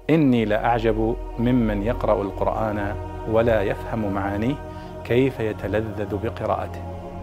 إني لأعجب ممن يقرأ القرآن ولا يفهم معانيه كيف يتلذذ بقراءته.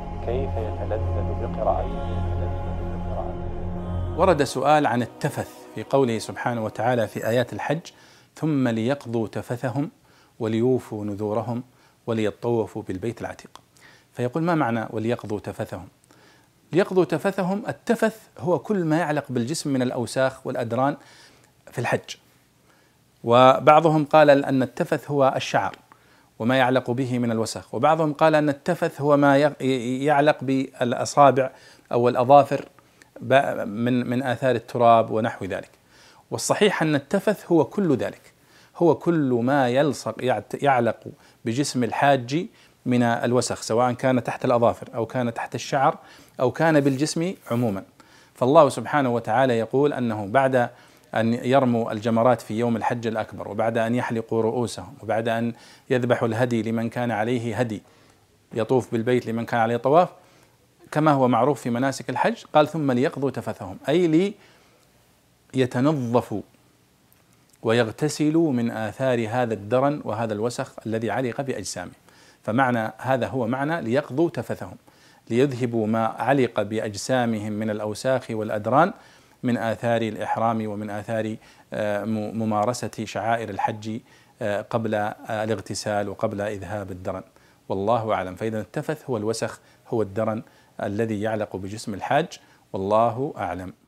ورد سؤال عن التفث في قوله سبحانه وتعالى في آيات الحج: ثم ليقضوا تفثهم وليوفوا نذورهم وليطوفوا بالبيت العتيق. فيقول: ما معنى وليقضوا تفثهم؟ ليقضوا تفثهم، التفث هو كل ما يعلق بالجسم من الأوساخ والأدران في الحج. وبعضهم قال أن التفث هو الشعر وما يعلق به من الوسخ، وبعضهم قال أن التفث هو ما يعلق بالأصابع أو الأظافر من آثار التراب ونحو ذلك. والصحيح أن التفث هو كل ذلك، هو كل ما يعلق بجسم الحاج من الوسخ، سواء كان تحت الأظافر أو كان تحت الشعر أو كان بالجسم عموما. فالله سبحانه وتعالى يقول أنه بعد أن يرموا الجمرات في يوم الحج الأكبر، وبعد أن يحلقوا رؤوسهم، وبعد أن يذبحوا الهدي لمن كان عليه هدي، يطوف بالبيت لمن كان عليه طواف، كما هو معروف في مناسك الحج، قال: ثم ليقضوا تفثهم، أي ليتنظفوا ويغتسلوا من آثار هذا الدرن وهذا الوسخ الذي علق بأجسامهم. فمعنى هذا هو معنى ليقضوا تفثهم، ليذهبوا ما علق بأجسامهم من الأوساخ والأدران من آثار الإحرام ومن آثار ممارسة شعائر الحج قبل الاغتسال وقبل إذهاب الدرن. والله أعلم. فإذا التفث هو الوسخ، هو الدرن الذي يعلق بجسم الحاج، والله أعلم.